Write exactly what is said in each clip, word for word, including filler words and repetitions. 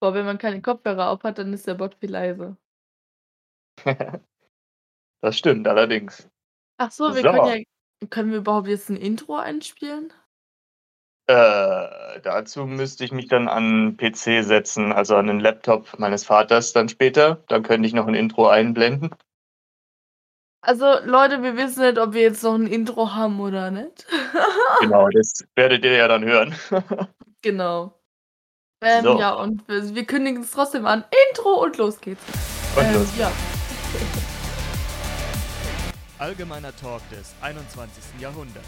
Boah, wenn man keine Kopfhörer auf hat, dann ist der Bot viel leiser. Das stimmt allerdings. Ach so, wir können So. ja können wir überhaupt jetzt 'n Intro einspielen? Äh, dazu müsste ich mich dann an 'n P C setzen, also an den Laptop meines Vaters dann später. Dann könnte ich noch 'n Intro einblenden. Also, Leute, wir wissen nicht, ob wir jetzt noch 'n Intro haben oder nicht. Genau, das werdet ihr ja dann hören. Genau. Ähm, So. ja, und wir wir kündigen's trotzdem an. Intro und los geht's. Und Ähm, los ja. geht's. Allgemeiner Talk des einundzwanzigsten Jahrhunderts.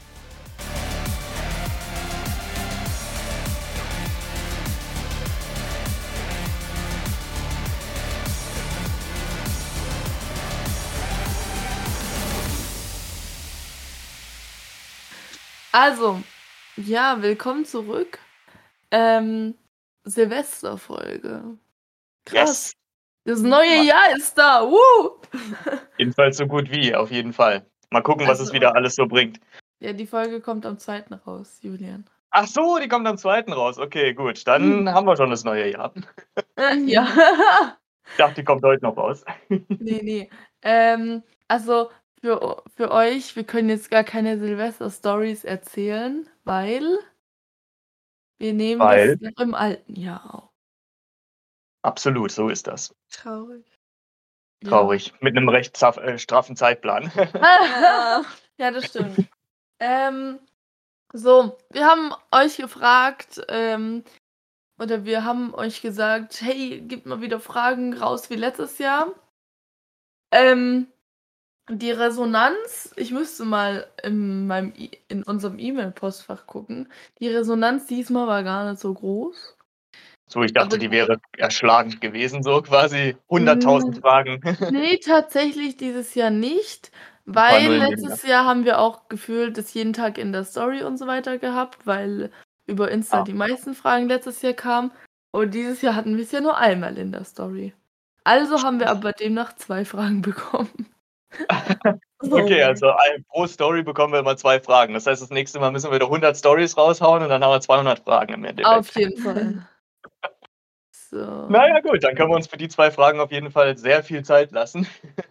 Also, ja, willkommen zurück. Ähm, Silvesterfolge. Krass. Yes. Das neue Jahr ist da. Woo. Jedenfalls so gut wie, auf jeden Fall. Mal gucken, was es Also wieder alles so bringt. Ja, die Folge kommt am zweiten raus, Julian. Ach so, die kommt am zweiten raus. Okay, gut. Mhm. Dann haben wir schon das neue Jahr. Äh, ja. Ich dachte, die kommt heute noch raus. Ne, ne. Ähm, also für o für euch, wir können jetzt gar keine Silvester-Stories erzählen, weil wir nehmen das Weil? noch im alten Jahr auf. Absolut, so ist das. Traurig. Ja. Traurig. Mit 'nem recht zaff äh, straffen Zeitplan. Ja, das stimmt. Ähm, so, wir haben euch gefragt, ähm oder wir haben euch gesagt: „Hey, gebt mal wieder Fragen raus wie letztes Jahr.“ Ähm, die Resonanz ich müsste mal in meinem E in unserem E-Mail-Postfach gucken. Die Resonanz diesmal war gar nicht so groß. So, ich Aber dachte, die wäre erschlagend gewesen, so quasi hunderttausend Hm, Fragen. ne, tatsächlich dieses Jahr nicht, 'N paar weil Nullen weniger. letztes Jahr haben wir auch gefühlt das jeden Tag in der Story und so weiter gehabt, weil über Insta Ah. die meisten Fragen letztes Jahr kamen. Und dieses Jahr hatten wir's ja nur einmal in der Story. Also haben wir aber demnach zwei Fragen bekommen. Okay, So. also ein pro Story bekommen wir immer zwei Fragen. Das heißt, das nächste Mal müssen wir wieder hundert Stories raushauen und dann haben wir zweihundert Fragen im Auf Endeffekt. jeden Fall. Na So. ja, gut, dann können wir uns für die zwei Fragen auf jeden Fall sehr viel Zeit lassen.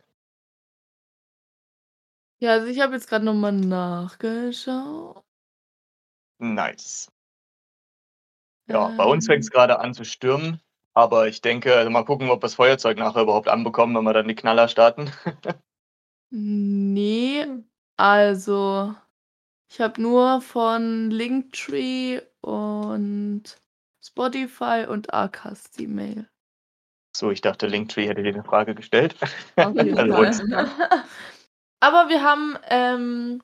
Ja, also ich habe jetzt grad noch mal nachgeschaut. Nice. Ja, bei uns fängt's Ähm. grade an zu stürmen, aber ich denke also mal gucken, ob wir's Feuerzeug nachher überhaupt anbekommen, wenn wir dann die Knaller starten. Ne, also ich habe nur von Linktree und Spotify und Acast die Mail. So, ich dachte, Linktree hätte dir 'ne Frage gestellt. Auf jeden Also Fall. uns. Aber wir haben, ähm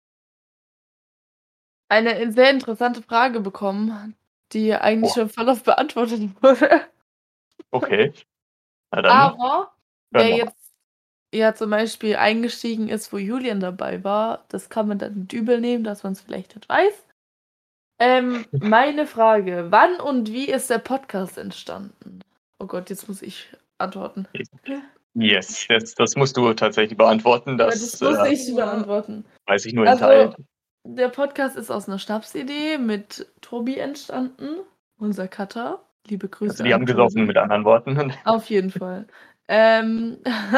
eine, äh, sehr interessante Frage bekommen, die eigentlich Boah. schon voll oft beantwortet wurde. Okay. Na dann, Aber hören wer wir mal. jetzt ja zum Beispiel eingestiegen ist, wo Julian dabei war, das kann man dann nicht übel nehmen, dass man's vielleicht nicht weiß. Ähm, meine Frage: Wann und wie ist der Podcast entstanden? Oh Gott, jetzt muss ich antworten. Yes, das das musst du tatsächlich beantworten. Ja, das Das, muss äh ich beantworten. weiß ich nur in Also, Teilen. der Podcast ist aus 'ner Schnapsidee mit Tobi entstanden, unser Cutter. Liebe Also, Grüße die an haben gesoffen, Tobi. mit anderen Worten. Auf jeden Fall. Ähm,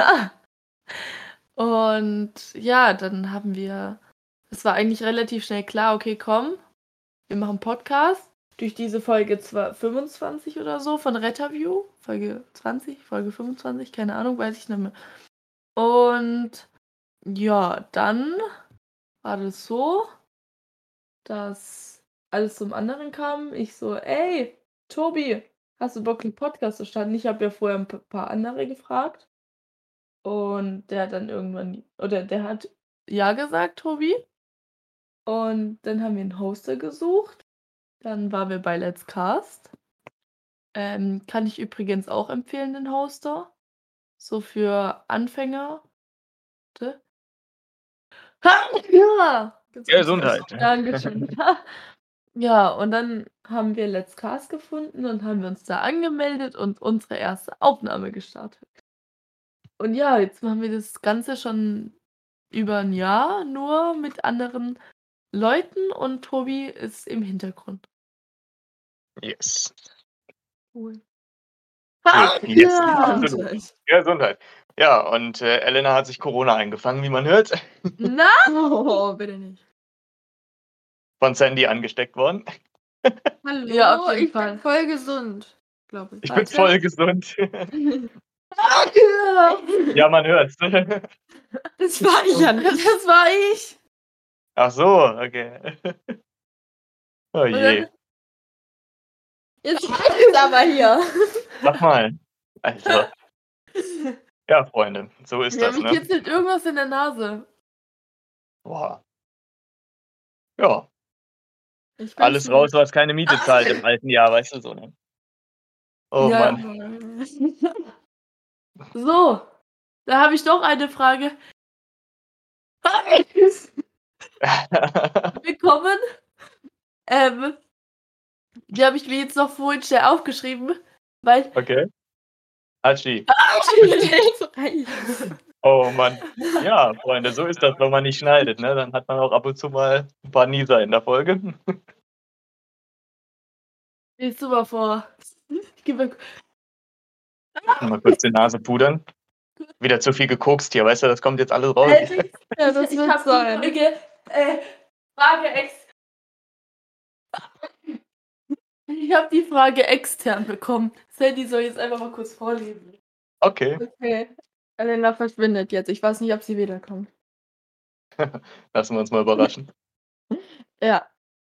und ja, dann haben wir es war eigentlich relativ schnell klar: „Okay, komm, wir machen Podcast.“ Durch diese Folge zwa fünfundzwanzig oder so von Retterview, Folge zwanzig, Folge fünfundzwanzig, keine Ahnung, weiß ich nicht mehr. Und ja, dann war das so dass alles zum anderen kam. Ich so: „Ey, Tobi, hast du Bock, 'n Podcast zu starten?“ Ich habe ja vorher 'n p paar andere gefragt. Und der hat dann irgendwann oder der hat ja gesagt, Tobi. Und dann haben wir 'n Hoster gesucht. Dann waren wir bei Let's Cast. Ähm, kann ich übrigens auch empfehlen, den Hoster. So für Anfänger. Warte. Ja, Gesundheit. Gesundheit. Dankeschön. Ja, und dann haben wir Let's Cast gefunden und haben wir uns da angemeldet und unsere erste Aufnahme gestartet. Und ja, jetzt machen wir das Ganze schon über 'n Jahr nur mit anderen Leuten und Tobi ist im Hintergrund. Yes. Cool. Ah, Yes, yes, ja. absolut. Gesundheit. Ja, und äh, Elena hat sich Corona eingefangen, wie man hört. Na? Oh, bitte nicht. Von Sandy angesteckt worden. Hallo, Ja, auf jeden ich Fall. bin voll gesund, glaube ich. Ich bin Warte. voll gesund. Ah, ja. Ja, man hört's. Das war ich ja nicht. Das war ich. Ach so, okay. Oh Und je. dann, jetzt reicht's aber hier. Sag mal. Also, ja, Freunde, so ist Ja, das, mich ne? kitzelt irgendwas in der Nase. Boah. Ja, Ich alles weiß raus, nicht. was keine Miete zahlt im alten Jahr, weißt du so, ne? Oh Ja. Mann. So, da habe ich doch eine Frage bekommen. Ähm, die habe ich mir jetzt noch vorhin schnell aufgeschrieben, weil. Okay. Hatschi. Frei. Oh Mann. Ja, Freunde, so ist das, wenn man nicht schneidet, ne? Dann hat man auch ab und zu mal ein paar Nieser in der Folge. Liest du mal vor. Ich gebe Mal kurz die Nase pudern. Wieder zu viel gekokst hier, weißt du, das kommt jetzt alles raus. Allerdings, Ja, das ich wird habe sein. die Folge, äh, Frage ex Ich habe die Frage extern bekommen. Sandy soll jetzt einfach mal kurz vorlesen. Okay, Okay. Elena verschwindet jetzt. Ich weiß nicht, ob sie wiederkommt. lassen wir uns mal überraschen. Ja.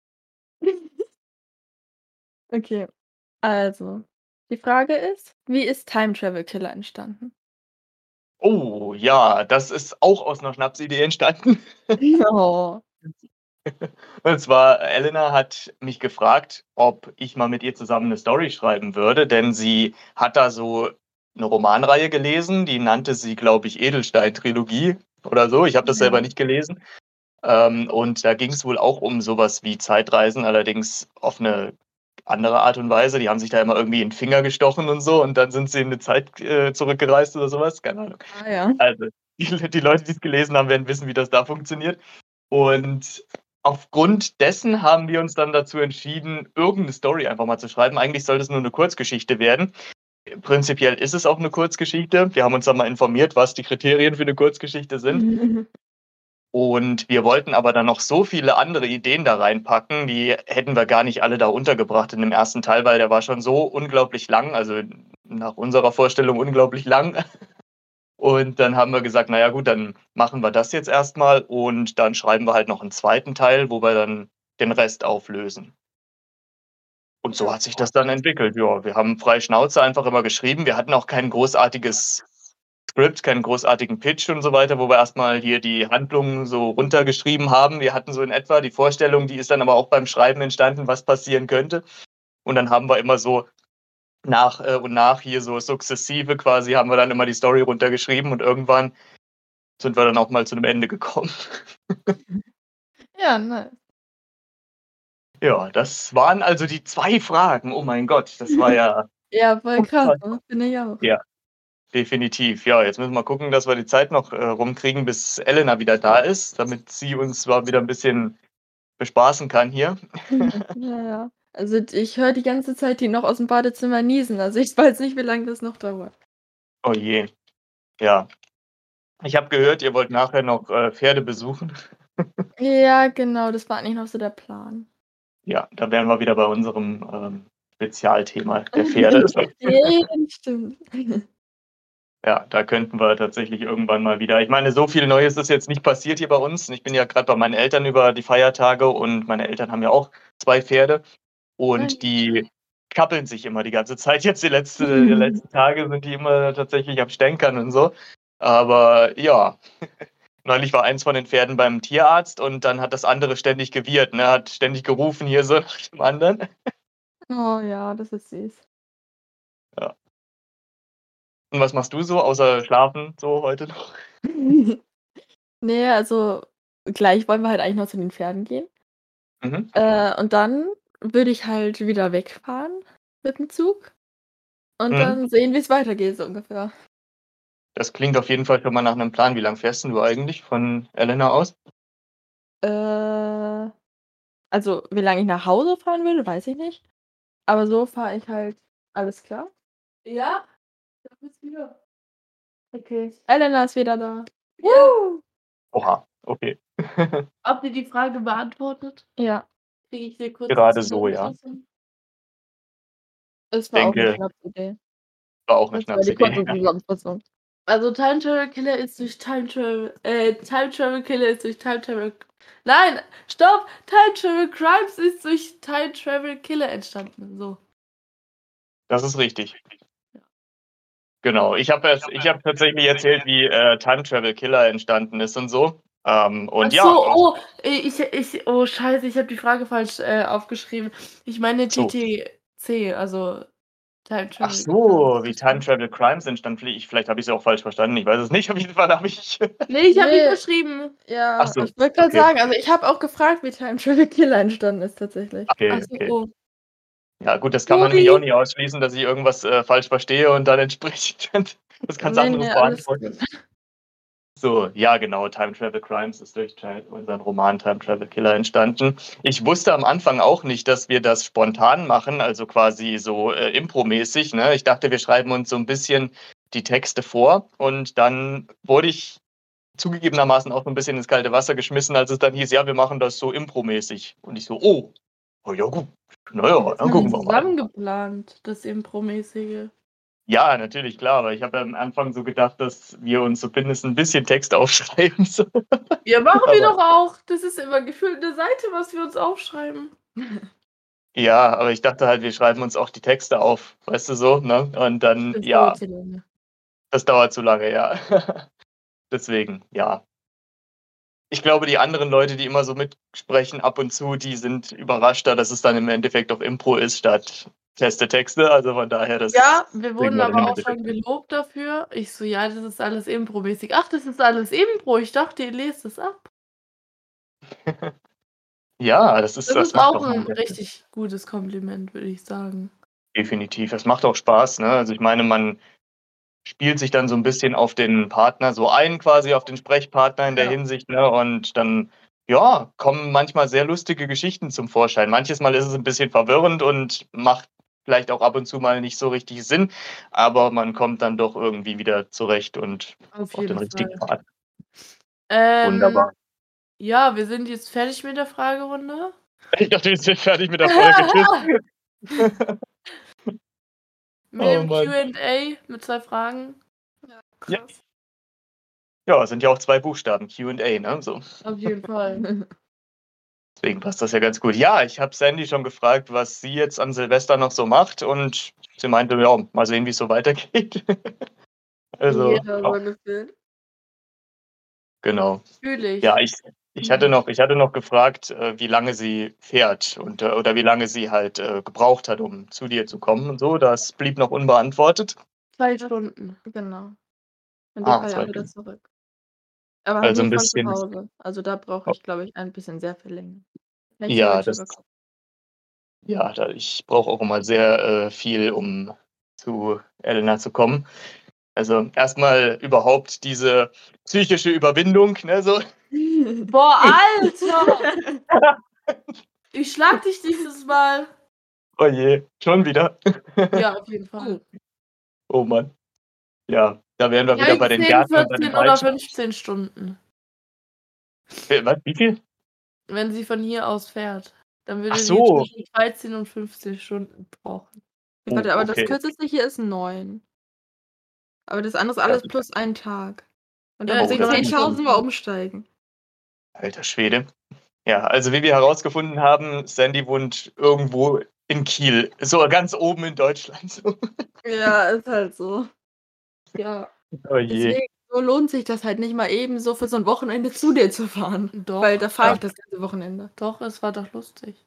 Okay. Also, die Frage ist, wie ist Time Travel Killer entstanden? Oh ja, das ist auch aus einer Schnapsidee entstanden. Oh. Und zwar, Elena hat mich gefragt, ob ich mal mit ihr zusammen eine Story schreiben würde, denn sie hat da so eine Romanreihe gelesen, die nannte sie, glaube ich, Edelstein-Trilogie oder so. Ich habe das Ja. selber nicht gelesen. Ähm, und da ging es wohl auch um sowas wie Zeitreisen, allerdings auf eine andere Art und Weise. Die haben sich da immer irgendwie in den Finger gestochen und so und dann sind sie in die Zeit äh, zurückgereist oder sowas. Keine Ahnung. Ah ja. Also, die, die Leute, die es gelesen haben, werden wissen, wie das da funktioniert. Und aufgrund dessen haben wir uns dann dazu entschieden, irgendeine Story einfach mal zu schreiben. Eigentlich sollte es nur eine Kurzgeschichte werden. Prinzipiell ist es auch eine Kurzgeschichte. Wir haben uns dann mal informiert, was die Kriterien für eine Kurzgeschichte sind. Und wir wollten aber dann noch so viele andere Ideen da reinpacken, die hätten wir gar nicht alle da untergebracht in dem ersten Teil, weil der war schon so unglaublich lang, also nach unserer Vorstellung unglaublich lang. Und dann haben wir gesagt, naja gut, dann machen wir das jetzt erstmal und dann schreiben wir halt noch einen zweiten Teil, wo wir dann den Rest auflösen. Und so hat sich das dann entwickelt. Ja, wir haben frei Schnauze einfach immer geschrieben. Wir hatten auch kein großartiges Skript, keinen großartigen Pitch und so weiter, wo wir erstmal hier die Handlungen so runtergeschrieben haben. Wir hatten so in etwa die Vorstellung, die ist dann aber auch beim Schreiben entstanden, was passieren könnte. Und dann haben wir immer so nach äh, und nach hier so sukzessive quasi haben wir dann immer die Story runtergeschrieben und irgendwann sind wir dann auch mal zu einem Ende gekommen. Ja, nice. Ja, das waren also die zwei Fragen. Oh mein Gott, das war ja Ja, voll krass, ne? Finde ich auch. Ja, definitiv. Ja, jetzt müssen wir gucken, dass wir die Zeit noch äh, rumkriegen, bis Elena wieder da ist, damit sie uns mal wieder ein bisschen bespaßen kann hier. Ja, ja. Also ich höre die ganze Zeit die noch aus dem Badezimmer niesen. Also ich weiß nicht, wie lange das noch dauert. Oh je. Ja. Ich habe gehört, ihr wollt nachher noch äh, Pferde besuchen. Ja, genau, das war eigentlich noch so der Plan. Ja, da wären wir wieder bei unserem ähm, Spezialthema der Pferde. Ja, stimmt. Ja, da könnten wir tatsächlich irgendwann mal wieder. Ich meine, so viel Neues ist jetzt nicht passiert hier bei uns. Ich bin ja gerade bei meinen Eltern über die Feiertage und meine Eltern haben ja auch zwei Pferde und die kappeln sich immer die ganze Zeit. Jetzt die, letzte, die letzten Tage sind die immer tatsächlich am Stänkern und so. Aber ja, neulich war eins von den Pferden beim Tierarzt und dann hat das andere ständig gewirrt, ne? Hat ständig gerufen hier so nach dem anderen. Oh ja, das ist süß. Ja. Und was machst du so, außer schlafen so heute noch? Nee, also gleich wollen wir halt eigentlich noch zu den Pferden gehen. Mhm. Äh, und dann würde ich halt wieder wegfahren mit dem Zug und Mhm. dann sehen, wie es weitergeht, so ungefähr. Das klingt auf jeden Fall schon mal nach einem Plan. Wie lang fährst denn du eigentlich von Elena aus? Äh, also wie lange ich nach Hause fahren würde, weiß ich nicht. Aber so fahre ich halt, alles klar. Ja? Da bist du wieder. Okay. Elena ist wieder da. Ja. Woo! Oha, okay. Habt ihr die Frage beantwortet? Ja, Kriege ich eine kurze Gerade so, ja. Zusammenfassung? es war auch eine Denke, Schnapsidee. war auch eine Das war die Schnapsidee. kurze Zusammenfassung. Also Time Travel Killer ist durch Time Travel, äh, Time Travel Killer ist durch Time Travel. Nein, stopp! Time Travel Crimes ist durch Time Travel Killer entstanden. So. Das ist richtig. Ja. Genau. Ich habe ich hab tatsächlich erzählt, wie äh, Time Travel Killer entstanden ist und so. Ähm, und Ach ja, so, also, oh, ich, ich, oh Scheiße, ich habe die Frage falsch äh, aufgeschrieben. Ich meine so. T T C, also Time Ach Travel so, wie Crimes. Time Travel Crimes entstand. Vielleicht, vielleicht habe ich es auch falsch verstanden. Ich weiß es nicht. Auf jeden Fall habe ich. Nee, ich habe Nee. nicht geschrieben. Ja, Ach so, ich wollte gerade okay. sagen, also ich habe auch gefragt, wie Time Travel Killer entstanden ist tatsächlich. Okay, Ach so, okay. oh. Ja, gut, das kann man nämlich Sorry. auch nicht ausschließen, dass ich irgendwas äh, falsch verstehe und dann entsprechend was ganz Nee, anderes nee, alles beantworte. gut. So, ja, genau. Time Travel Crimes ist durch Time- unseren Roman Time Travel Killer entstanden. Ich wusste am Anfang auch nicht, dass wir das spontan machen, also quasi so äh, impromäßig. Ne? Ich dachte, wir schreiben uns so ein bisschen die Texte vor und dann wurde ich zugegebenermaßen auch so ein bisschen ins kalte Wasser geschmissen, als es dann hieß, ja, wir machen das so impromäßig. Und ich so, oh, oh ja gut, naja, Das dann haben wir gucken wir mal. zusammen geplant, das Impromäßige. Ja, natürlich, klar, aber ich habe ja am Anfang so gedacht, dass wir uns zumindest ein bisschen Text aufschreiben. So. Ja, machen wir Aber- doch auch. Das ist immer gefühlt eine Seite, was wir uns aufschreiben. Ja, aber ich dachte halt, wir schreiben uns auch die Texte auf, weißt du so, ne? Und dann, Das ja, dauert zu lange. das dauert zu lange, ja. Deswegen, ja. Ich glaube, die anderen Leute, die immer so mitsprechen ab und zu, die sind überraschter, dass es dann im Endeffekt auf Impro ist statt feste Texte. Also von daher, das Ja, wir kriegen wurden wir dann im aber auch Endeffekt schon hin. gelobt dafür. Ich so, ja, das ist alles Impro-mäßig. Ach, das ist alles Impro. Ich dachte, ihr lest es ab. Ja, das ist, Das das ist macht auch doch ein mal richtig gutes Kompliment, würde ich sagen. definitiv. Das macht auch Spaß, ne? Also ich meine, man spielt sich dann so ein bisschen auf den Partner so ein, quasi auf den Sprechpartner in der Ja. Hinsicht, ne? Und dann, ja, kommen manchmal sehr lustige Geschichten zum Vorschein. Manches Mal ist es ein bisschen verwirrend und macht vielleicht auch ab und zu mal nicht so richtig Sinn, aber man kommt dann doch irgendwie wieder zurecht und Auf auf den jeden richtigen Fall. Pfad. Ähm, Wunderbar. ja, wir sind jetzt fertig mit der Fragerunde. Ich dachte, wir sind fertig mit der Folge. Tschüss. Mit Oh dem Mann. Q and A mit zwei Fragen. Ja. Ja. Krass. Ja, es sind ja auch zwei Buchstaben, Q and A, ne? So. Auf jeden Fall. Deswegen passt das ja ganz gut. Ja, ich habe Sandy schon gefragt, was sie jetzt an Silvester noch so macht und sie meinte, ja, mal sehen, wie es so weitergeht. Also, Jeder so ja, gefühlt. genau. Fühle ich. Ja, ich, ich, hatte noch, ich hatte noch gefragt, äh, wie lange sie fährt und, äh, oder wie lange sie halt äh, gebraucht hat, um zu dir zu kommen und so. Das blieb noch unbeantwortet. Zwei Stunden. Genau. Und die Ah, fahre zwei ja wieder Stunden. zurück. Aber Also nur ein von zu bisschen. Hause. Also da brauche ich, glaube ich, ein bisschen sehr viel länger. Kann ich Ja, theoretisch das, überkommen. ja, da, ich brauche auch immer sehr äh, viel, um zu Elena zu kommen. Also erstmal überhaupt diese psychische Überwindung, ne, so. Boah, Alter! Ich schlag dich dieses Mal. Oh je, schon wieder. Ja, auf jeden Fall. Oh Mann. Ja, da wären wir wieder bei den dreizehn, Gärten und bei den vierzehn oder Weiten. fünfzehn Stunden. Äh, Was, wie viel? Wenn sie von hier aus fährt. Dann würde Ach sie so. zwischen dreizehn und fünfzehn Stunden brauchen. Oh, Warte, aber das okay. kürzeste hier ist neun. Aber das andere ist alles plus ein Tag. Und dann Ja, muss oh, ich das ist zehntausend schon- Mal umsteigen. Alter Schwede. Ja, also wie wir herausgefunden haben, Sandy wohnt irgendwo in Kiel. So ganz oben in Deutschland. So. Ja, ist halt so. Ja. Oh je. Deswegen so lohnt sich das halt nicht mal eben so für so ein Wochenende zu dir zu fahren. Doch, Weil da fahre Ja. ich das ganze Wochenende. doch, es war doch lustig.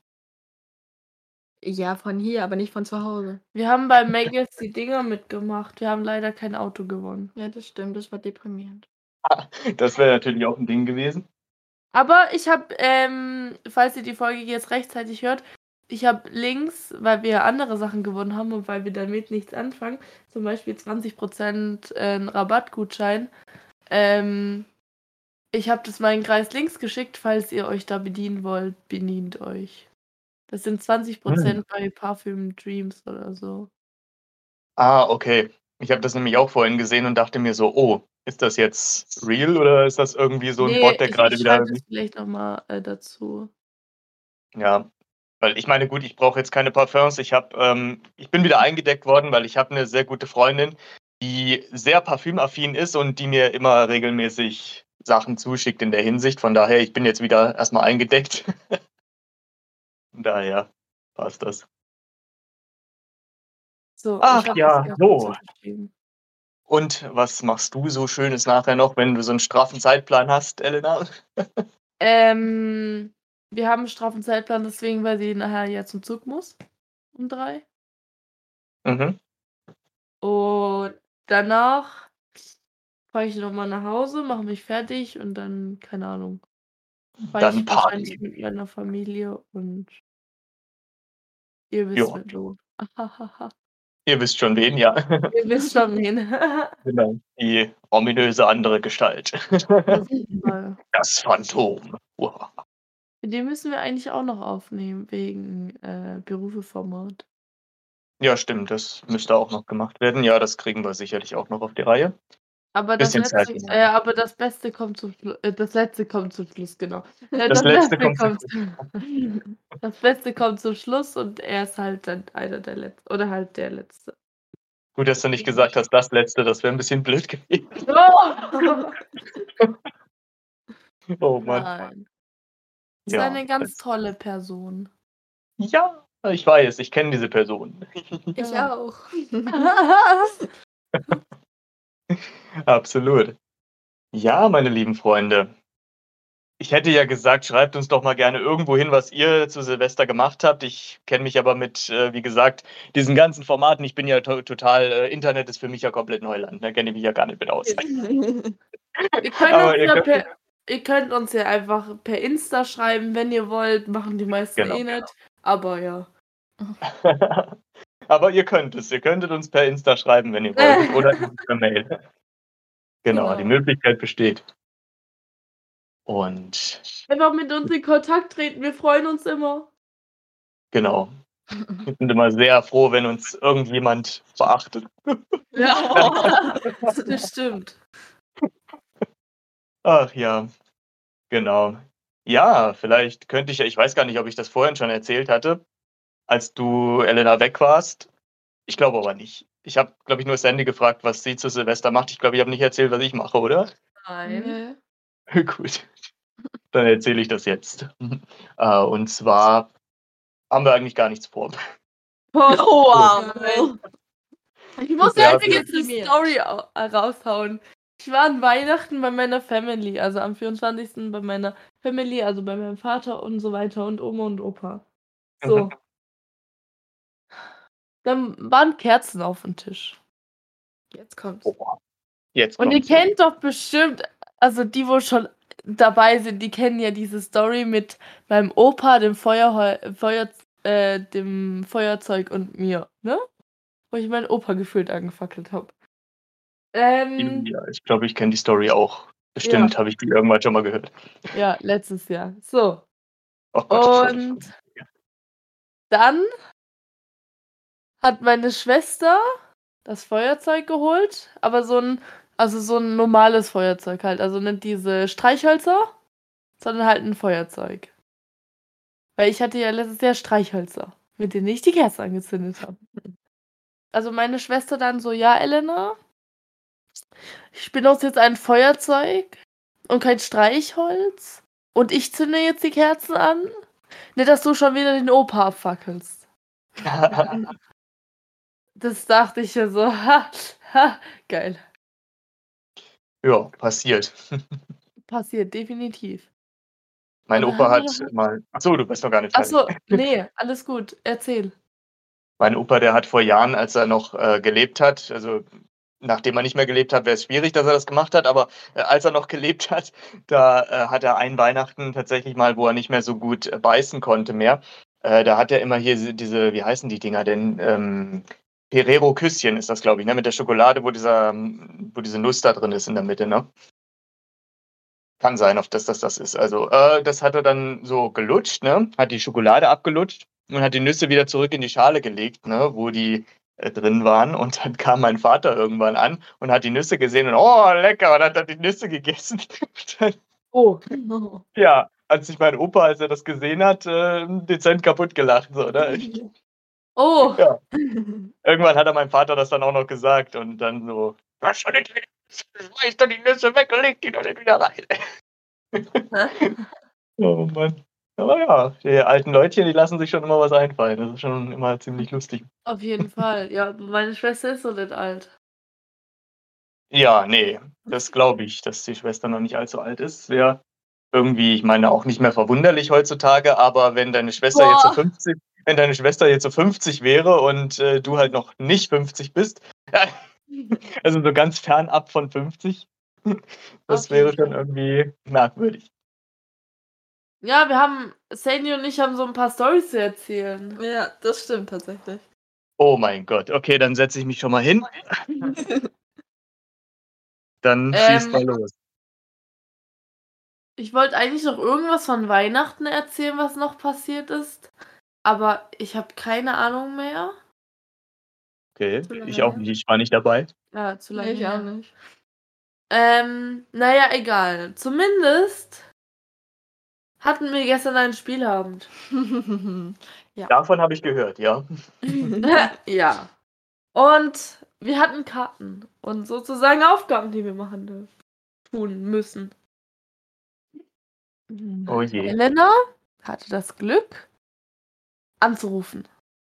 Ja, von hier, aber nicht von zu Hause. Wir haben bei Megas die Dinger mitgemacht. Wir haben leider kein Auto gewonnen. Ja, das stimmt, das war deprimierend. Das wäre natürlich auch ein Ding gewesen. Aber ich habe, ähm, falls ihr die Folge jetzt rechtzeitig hört, ich habe links, weil wir andere Sachen gewonnen haben und weil wir damit nichts anfangen, zum Beispiel zwanzig Prozent äh, einen Rabattgutschein. Ähm, ich habe das meinen Kreis links geschickt, falls ihr euch da bedienen wollt, bedient euch. Das sind zwanzig Prozent bei Parfüm Dreams oder so. Ah, okay. Ich habe das nämlich auch vorhin gesehen und dachte mir so, oh, ist das jetzt real oder ist das irgendwie so ein Nee, Bot, der ich, gerade ich wieder schreibe das irgendwie. vielleicht nochmal äh, dazu. Ja, weil ich meine, gut, ich brauche jetzt keine Parfums. Ich habe, ähm, ich bin wieder eingedeckt worden, weil ich habe eine sehr gute Freundin, die sehr parfümaffin ist und die mir immer regelmäßig Sachen zuschickt in der Hinsicht. Von daher, ich bin jetzt wieder erstmal eingedeckt. Von daher passt das. So, Ach ich habe das ja, gerade so. dazu geschrieben. Und was machst du so Schönes nachher noch, wenn du so einen straffen Zeitplan hast, Elena? Ähm, wir haben einen straffen Zeitplan, deswegen, weil sie nachher ja zum Zug muss. Um drei. Mhm. Und danach fahre ich nochmal nach Hause, mache mich fertig und dann, keine Ahnung, fahre Dann ich wahrscheinlich Party. mit meiner Familie und ihr wisst Ja, mit wo. Ahahaha. ihr wisst schon wen, ja. Ihr wisst schon wen. Genau. Die ominöse andere Gestalt. Auf jeden Fall. Das Phantom. Uah. Den müssen wir eigentlich auch noch aufnehmen, wegen äh, Berufe-Format. Ja, stimmt, das müsste auch noch gemacht werden. Ja, das kriegen wir sicherlich auch noch auf die Reihe. Aber das Bisschen Zeit. letzte, äh, aber das Beste kommt zum Schluss. Äh, das letzte kommt zum Schluss, genau. Äh, Das das letzte Beste kommt kommt. Das Beste kommt zum Schluss und er ist halt dann einer der letzten. Oder halt der letzte. Gut, dass du nicht gesagt hast, das letzte, das wäre ein bisschen blöd gewesen. Oh! Oh Mann. Nein. Ist Ja, eine ganz das, tolle Person. ja, ich weiß, ich kenne diese Person. Ich Ja. auch. Absolut. Ja, meine lieben Freunde. Ich hätte ja gesagt, schreibt uns doch mal gerne irgendwo hin, was ihr zu Silvester gemacht habt. Ich kenne mich aber mit, äh, wie gesagt, diesen ganzen Formaten. Ich bin ja to total, äh, Internet ist für mich ja komplett Neuland. Da kenne ich mich ja gar nicht mit aus. Ihr könnt, Aber uns ihr ja könnt, per, ihr könnt uns ja einfach per Insta schreiben, wenn ihr wollt. Machen die meisten genau. eh nicht. Aber ja. Aber ihr könnt es. Ihr könntet uns per Insta schreiben, wenn ihr wolltet, oder per Mail. Genau, Genau. die Möglichkeit besteht. Und Einfach mit uns in Kontakt treten. Wir freuen uns immer. genau. Wir sind immer sehr froh, wenn uns irgendjemand beachtet. Ja, das stimmt. Ach ja, genau. Ja, vielleicht könnte ich ja, ich weiß gar nicht, ob ich das vorhin schon erzählt hatte, als du, Elena, weg warst. Ich glaube aber nicht. Ich habe, glaube ich, nur Sandy gefragt, was sie zu Silvester macht. Ich glaube, ich habe nicht erzählt, was ich mache, oder? Nein. Nee. Gut, dann erzähle ich das jetzt. Äh, und zwar haben wir eigentlich gar nichts vor. Oh, Wow. ich muss Ja, ja wir- jetzt eine Story au- äh, raushauen. Ich war an Weihnachten bei meiner Family, also am vierundzwanzigsten bei meiner Family, also bei meinem Vater und so weiter und Oma und Opa. So. Mhm. Dann waren Kerzen auf dem Tisch. Jetzt kommt's. Oh, jetzt Und ihr kommt's, ja. kennt doch bestimmt, also die, wo schon dabei sind, die kennen ja diese Story mit meinem Opa, dem Feuerheu Feuer äh, dem Feuerzeug und mir, ne? Wo ich meinen Opa gefühlt angefackelt habe. Ähm, Ja, ich glaube, ich kenne die Story auch. Bestimmt habe ich die irgendwann schon mal gehört. ja, letztes Jahr. So. Oh Gott. Und dann hat meine Schwester das Feuerzeug geholt, aber so ein, also so ein normales Feuerzeug halt, also nicht diese Streichhölzer, sondern halt ein Feuerzeug. Weil ich hatte ja letztes Jahr Streichhölzer, mit denen ich die Kerze angezündet habe. Also meine Schwester dann so, ja, Elena, ich benutze jetzt ein Feuerzeug und kein Streichholz und ich zünde jetzt die Kerzen an. Nicht, dass du schon wieder den Opa abfackelst. Das dachte ich ja so, ha, ha, geil. Ja, passiert. Passiert, definitiv. Mein Und Opa dann haben hat wir mal. Achso, du bist noch gar nicht fertig. Achso, nee, alles gut, erzähl. Mein Opa, der hat vor Jahren, als er noch äh, gelebt hat, also nachdem er nicht mehr gelebt hat, wäre es schwierig, dass er das gemacht hat, aber äh, als er noch gelebt hat, da äh, hat er ein Weihnachten tatsächlich mal, wo er nicht mehr so gut äh, beißen konnte mehr. Äh, da hat er immer hier diese- diese, wie heißen die Dinger denn? Ähm, Ferrero-Küsschen ist das, glaube ich, ne? Mit der Schokolade, wo dieser, ähm, wo diese Nuss da drin ist in der Mitte, ne? Kann sein, auf das das das ist. Also, äh, das hat er dann so gelutscht, ne? Hat die Schokolade abgelutscht und hat die Nüsse wieder zurück in die Schale gelegt, ne? Wo die äh, drin waren. Und dann kam mein Vater irgendwann an und hat die Nüsse gesehen und oh, lecker, und hat dann die Nüsse gegessen. Dann, Oh. Oh. ja, hat sich mein Opa, als er das gesehen hat, äh, dezent kaputt gelacht. So, ne? Oh. Ja. Irgendwann hat er meinem Vater das dann auch noch gesagt und dann so, was schon nicht, schmeiß doch die Nüsse weg und leg die doch nicht wieder rein. Oh Mann. Aber ja, die alten Leutchen, die lassen sich schon immer was einfallen. Das ist schon immer ziemlich lustig. Auf jeden Fall. Ja, meine Schwester ist so nicht alt. Ja, nee, das glaube ich, dass die Schwester noch nicht allzu alt ist. Wäre irgendwie, ich meine, auch nicht mehr verwunderlich heutzutage, aber wenn deine Schwester jetzt so Boah. fünfzig, wenn deine Schwester jetzt so fünfzig wäre und äh, du halt noch nicht fünfzig bist, also so ganz fernab von fünfzig, das Auf jeden wäre schon Fall. irgendwie merkwürdig. Ja, wir haben, Sandy und ich haben so ein paar Storys zu erzählen. Ja, das stimmt tatsächlich. Oh mein Gott, okay, dann setze ich mich schon mal hin. Dann schieß mal Ähm, los. ich wollte eigentlich noch irgendwas von Weihnachten erzählen, was noch passiert ist. Aber ich habe keine Ahnung mehr. Okay, Zu lange ich auch her? nicht, ich war nicht dabei. Ja, zu lange Nee, ich auch her. nicht. Ähm, naja, egal. Zumindest hatten wir gestern einen Spielabend. Davon habe ich gehört, ja. Ja. Und wir hatten Karten und sozusagen Aufgaben, die wir machen dürfen, tun müssen. Oh je. Elena hatte das Glück, anzurufen.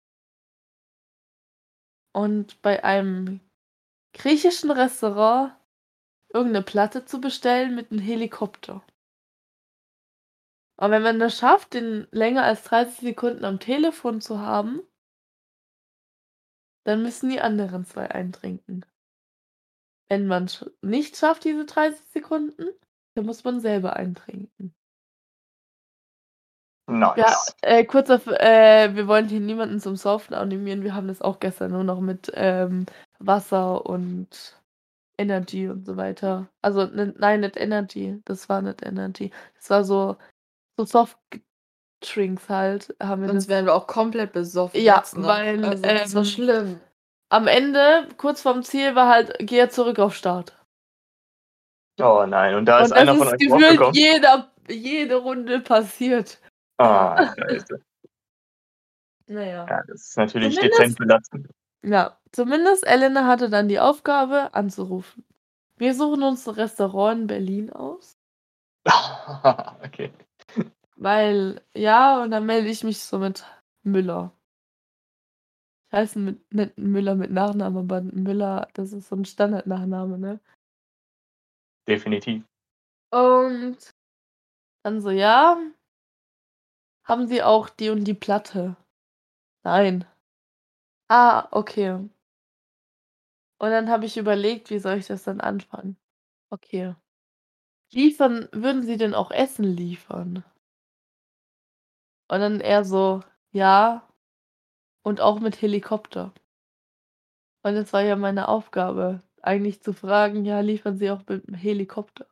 Und bei einem griechischen Restaurant irgendeine Platte zu bestellen mit einem Helikopter. Und wenn man das schafft, den länger als dreißig Sekunden am Telefon zu haben, dann müssen die anderen zwei eintrinken. Wenn man sch- nicht schafft, diese dreißig Sekunden, dann muss man selber eintrinken. Nice. Ja, äh, kurz auf, äh, wir wollen hier niemanden zum Saufen animieren. Wir haben das auch gestern nur noch mit ähm, Wasser und Energy und so weiter. Also, ne, nein, nicht Energy. Das war nicht Energy. Das war so, so Softdrinks halt. Haben wir Sonst das. wären wir auch komplett besoffen. Ja, jetzt noch. weil, Also, das war ähm, schlimm. Am Ende, kurz vorm Ziel, war halt, geh jetzt zurück auf Start. Oh nein, und da ist Und das einer von ist euch gefühlt draufgekommen. jeder, jede Runde passiert. Ah, scheiße. Naja. Ja, das ist natürlich Zumindest- dezent belastend. Ja, zumindest Elena hatte dann die Aufgabe, anzurufen. Wir suchen uns ein Restaurant in Berlin aus. Okay. Weil, ja, und dann melde ich mich so mit Müller. Ich heiße mit, nicht Müller mit Nachnamen, aber Müller, das ist so ein Standardnachname, ne? Definitiv. Und dann so, ja, haben Sie auch die und die Platte? Nein. Ah, okay. Und dann habe ich überlegt, wie soll ich das dann anfangen? Okay. Liefern, würden Sie denn auch Essen liefern? Und dann eher so, ja, und auch mit Helikopter. Und das war ja meine Aufgabe, eigentlich zu fragen, ja, liefern Sie auch mit dem Helikopter?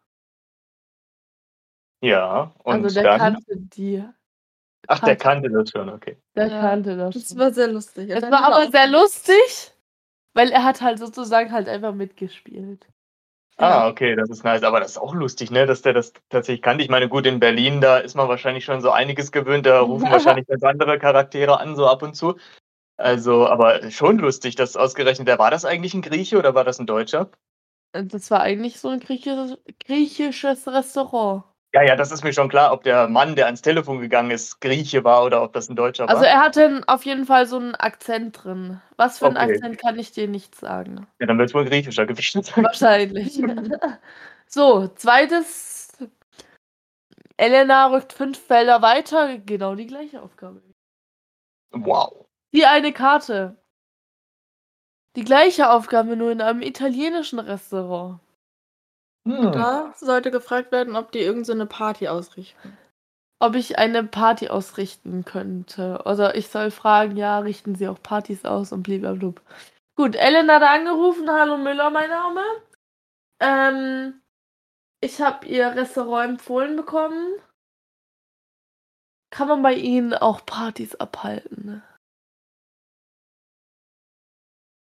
Ja, und Also der dann? kannte die. Ach, der kannte das schon, okay. Der Ja, kannte das Das schon. war sehr lustig. Es Dann war lieber aber auch- sehr lustig, weil er hat halt sozusagen halt einfach mitgespielt. Ah, okay, das ist nice. Aber das ist auch lustig, ne, dass der das tatsächlich kannte. Ich meine, gut, in Berlin, da ist man wahrscheinlich schon so einiges gewöhnt. Da rufen wahrscheinlich ganz andere Charaktere an, so ab und zu. Also, aber schon lustig, dass ausgerechnet, der war das eigentlich ein Grieche oder war das ein Deutscher? Das war eigentlich so ein griechisches, griechisches Restaurant. Ja, ja, das ist mir schon klar, ob der Mann, der ans Telefon gegangen ist, Grieche war oder ob das ein Deutscher Also war. er hatte auf jeden Fall so einen Akzent drin. Was für einen Okay. Akzent kann ich dir nicht sagen. Ja, dann wird es wohl griechischer gewesen sein. Wahrscheinlich. So, zweites. Elena rückt fünf Felder weiter. Genau die gleiche Aufgabe. Wow. Die eine Karte. Die gleiche Aufgabe, nur in einem italienischen Restaurant. Hm. Da sollte gefragt werden, ob die irgendeine Party ausrichten. Ob ich eine Party ausrichten könnte. Oder ich soll fragen, ja, richten Sie auch Partys aus und blablabla. Gut, Ellen hat angerufen. Hallo Müller, mein Name. Ähm, ich habe Ihr Restaurant empfohlen bekommen. Kann man bei Ihnen auch Partys abhalten?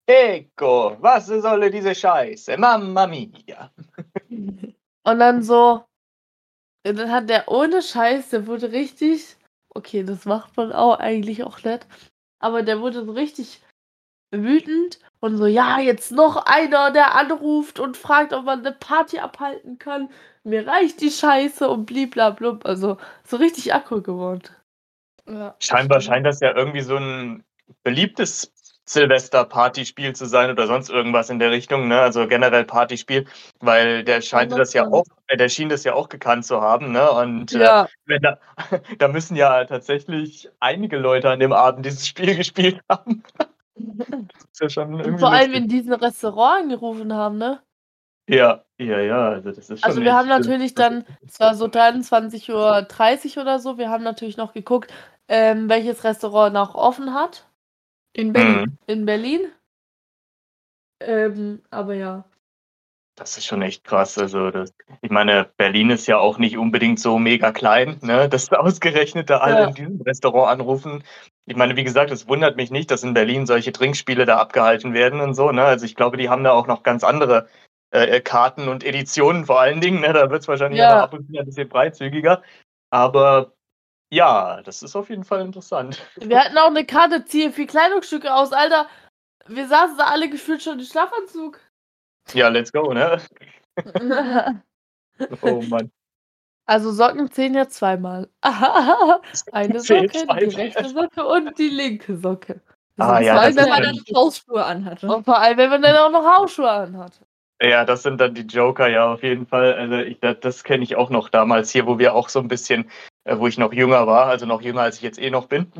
Ecco, was soll diese Scheiße? Mamma mia. Und dann so, und dann hat der ohne Scheiß, der wurde richtig, okay, das macht man auch eigentlich auch nicht, aber der wurde so richtig wütend und so, ja, jetzt noch einer, der anruft und fragt, ob man eine Party abhalten kann. Mir reicht die Scheiße und bliblablub. Also so richtig aggro geworden. Ja, das Scheinbar stimmt. scheint das ja irgendwie so ein beliebtes Silvester-Partyspiel zu sein oder sonst irgendwas in der Richtung, ne? Also generell Partyspiel, weil der scheinte das ja schon. auch, äh, der schien das ja auch gekannt zu haben, ne? Und äh, Ja, wenn da, da müssen ja tatsächlich einige Leute an dem Abend dieses Spiel gespielt haben. Das ist ja schon und irgendwie vor allem lustig. in diesem Restaurant angerufen haben, ne? Ja, ja, ja, also das ist schon Also wir haben echt. äh, natürlich dann, es war so dreiundzwanzig Uhr dreißig oder so, wir haben natürlich noch geguckt, ähm, welches Restaurant noch offen hat In Berlin. Mhm. in Berlin. Ähm, aber ja. Das ist schon echt krass. Also, das, ich meine, Berlin ist ja auch nicht unbedingt so mega klein, ne? Dass ausgerechnet da alle Ja. in diesem Restaurant anrufen. Ich meine, wie gesagt, es wundert mich nicht, dass in Berlin solche Trinkspiele da abgehalten werden und so, ne? Also ich glaube, die haben da auch noch ganz andere äh, Karten und Editionen vor allen Dingen, ne? Da wird es wahrscheinlich ja. Ja. noch ab und zu ein bisschen freizügiger. Aber ja, das ist auf jeden Fall interessant. Wir hatten auch eine Karte, ziehe vier Kleidungsstücke aus, Alter. Wir saßen da alle gefühlt schon im Schlafanzug. Ja, let's go, ne? Oh Mann. Also Socken zählen ja zweimal. Eine Zählt Socke, die zweimal. rechte Socke und die linke Socke. Das Ah, sind ja, zwei, das wenn ist man dann- dann, Hausschuhe anhatte. und vor allem, wenn man dann auch noch Hausschuhe anhat. Ja, das sind dann die Joker, ja, auf jeden Fall. Also ich, das, das kenne ich auch noch damals hier, wo wir auch so ein bisschen, äh, wo ich noch jünger war, also noch jünger, als ich jetzt eh noch bin.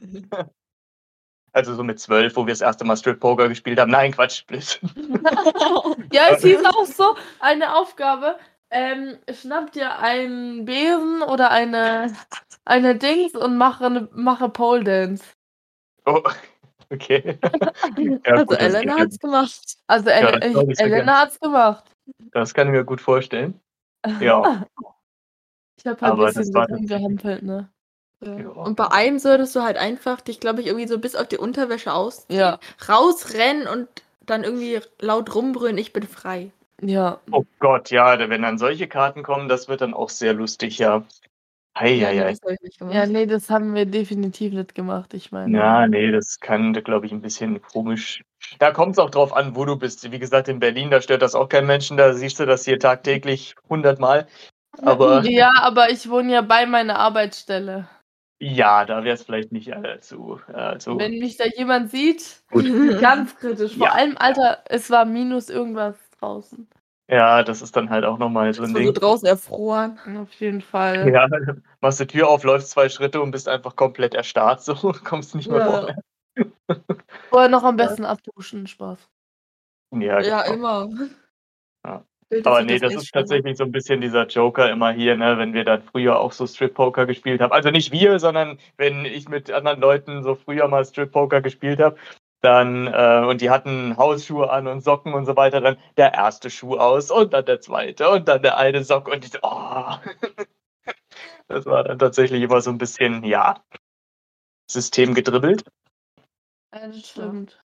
Also so mit zwölf, wo wir das erste Mal Strip-Poker gespielt haben. Nein, Quatsch, Blödsinn. Ja, es hieß auch so, eine Aufgabe, ähm, schnapp dir einen Besen oder eine, eine Dings und mache, eine, mache Pole Dance. Oh, okay. Ja, Also gut, das Elena geht hat's gemacht. Also Ja, El das glaub ich sehr Elena hat's gemacht. ja. Das kann ich mir gut vorstellen. Ja, Ich habe halt Aber ein bisschen das so war rumgehampelt, ne? Ja. Ja. Und bei einem solltest du halt einfach dich, glaube ich, irgendwie so bis auf die Unterwäsche ausziehen, Ja. rausrennen und dann irgendwie laut rumbrüllen, ich bin frei. Ja. Oh Gott, ja, wenn dann solche Karten kommen, das wird dann auch sehr lustig, ja. Hei, Ja, hei, nee, hei. das habe ich nicht gemacht. Ja, nee, das haben wir definitiv nicht gemacht. Ich meine. Ja, nee, das kann, glaube ich, ein bisschen komisch. Da kommt es auch drauf an, wo du bist. Wie gesagt, in Berlin, da stört das auch kein Menschen, da siehst du das hier tagtäglich hundertmal. Aber Ja, aber ich wohne ja bei meiner Arbeitsstelle. ja, da wäre es vielleicht nicht allzu. Äh, so Wenn mich da jemand sieht, gut. ganz kritisch. Vor Ja. allem, Alter, es war minus irgendwas draußen. Ja, das ist dann halt auch nochmal so Ist ein so Ding. draußen erfroren. Auf jeden Fall. Ja, machst die Tür auf, läufst zwei Schritte und bist einfach komplett erstarrt, so kommst nicht mehr Ja. vorwärts. Vorher noch am besten abduschen, Spaß. Ja, Ja, genau. immer. Ja. Bildet Aber sich nee, das echt ist schlimmer. tatsächlich so ein bisschen dieser Joker immer hier, ne, wenn wir dann früher auch so Strip-Poker gespielt haben. Also nicht wir, sondern wenn ich mit anderen Leuten so früher mal Strip-Poker gespielt habe, dann, äh, und die hatten Hausschuhe an und Socken und so weiter, dann der erste Schuh aus und dann der zweite und dann der eine Sock und die so, oh. Das war dann tatsächlich immer so ein bisschen, ja, System gedribbelt. Ja, das stimmt.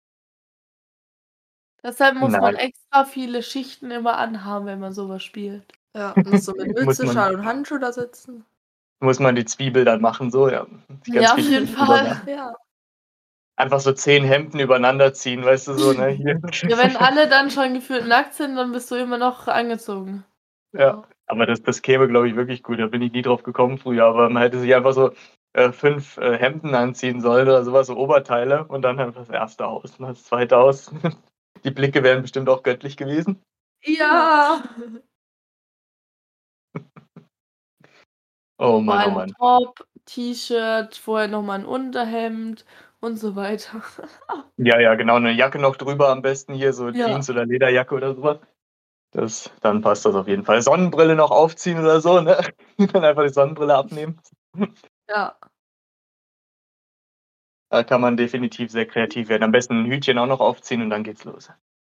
Deshalb muss Nein. man extra viele Schichten immer anhaben, wenn man sowas spielt. Ja, muss so mit Muss Mütze, man- Schal und Handschuh da sitzen. Muss man die Zwiebel dann machen, so, ja. Ganz Ja, auf viel jeden drüber Fall. machen. Ja. Einfach so zehn Hemden übereinander ziehen, weißt du, so, ne? Hier. Ja, wenn alle dann schon gefühlt nackt sind, dann bist du immer noch angezogen. Ja, aber das, das käme, glaube ich, wirklich gut. Da bin ich nie drauf gekommen früher. Aber man hätte sich einfach so äh, fünf äh, Hemden anziehen sollen oder sowas, so Oberteile und dann einfach das erste aus und das zweite aus. Die Blicke wären bestimmt auch göttlich gewesen. Ja. Oh Vor Mann, oh allem Mann. Top, T-Shirt, vorher nochmal ein Unterhemd und so weiter. Ja, ja, genau. Eine Jacke noch drüber am besten hier, so Ja. Jeans oder Lederjacke oder sowas. Das, dann passt das auf jeden Fall. Sonnenbrille noch aufziehen oder so, ne? Dann einfach die Sonnenbrille abnehmen. Ja. Da kann man definitiv sehr kreativ werden. Am besten ein Hütchen auch noch aufziehen und dann geht's los.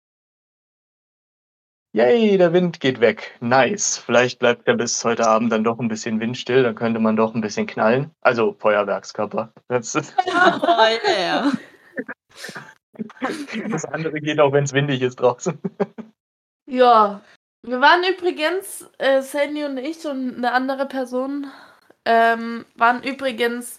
Yay, der Wind geht weg. Nice. Vielleicht bleibt ja bis heute Abend dann doch ein bisschen windstill. Dann könnte man doch ein bisschen knallen. Also Feuerwerkskörper. Das ist Oh, yeah. Das andere geht auch, wenn es windig ist draußen. Ja. Wir waren übrigens, äh, Sandy und ich und eine andere Person, ähm, waren übrigens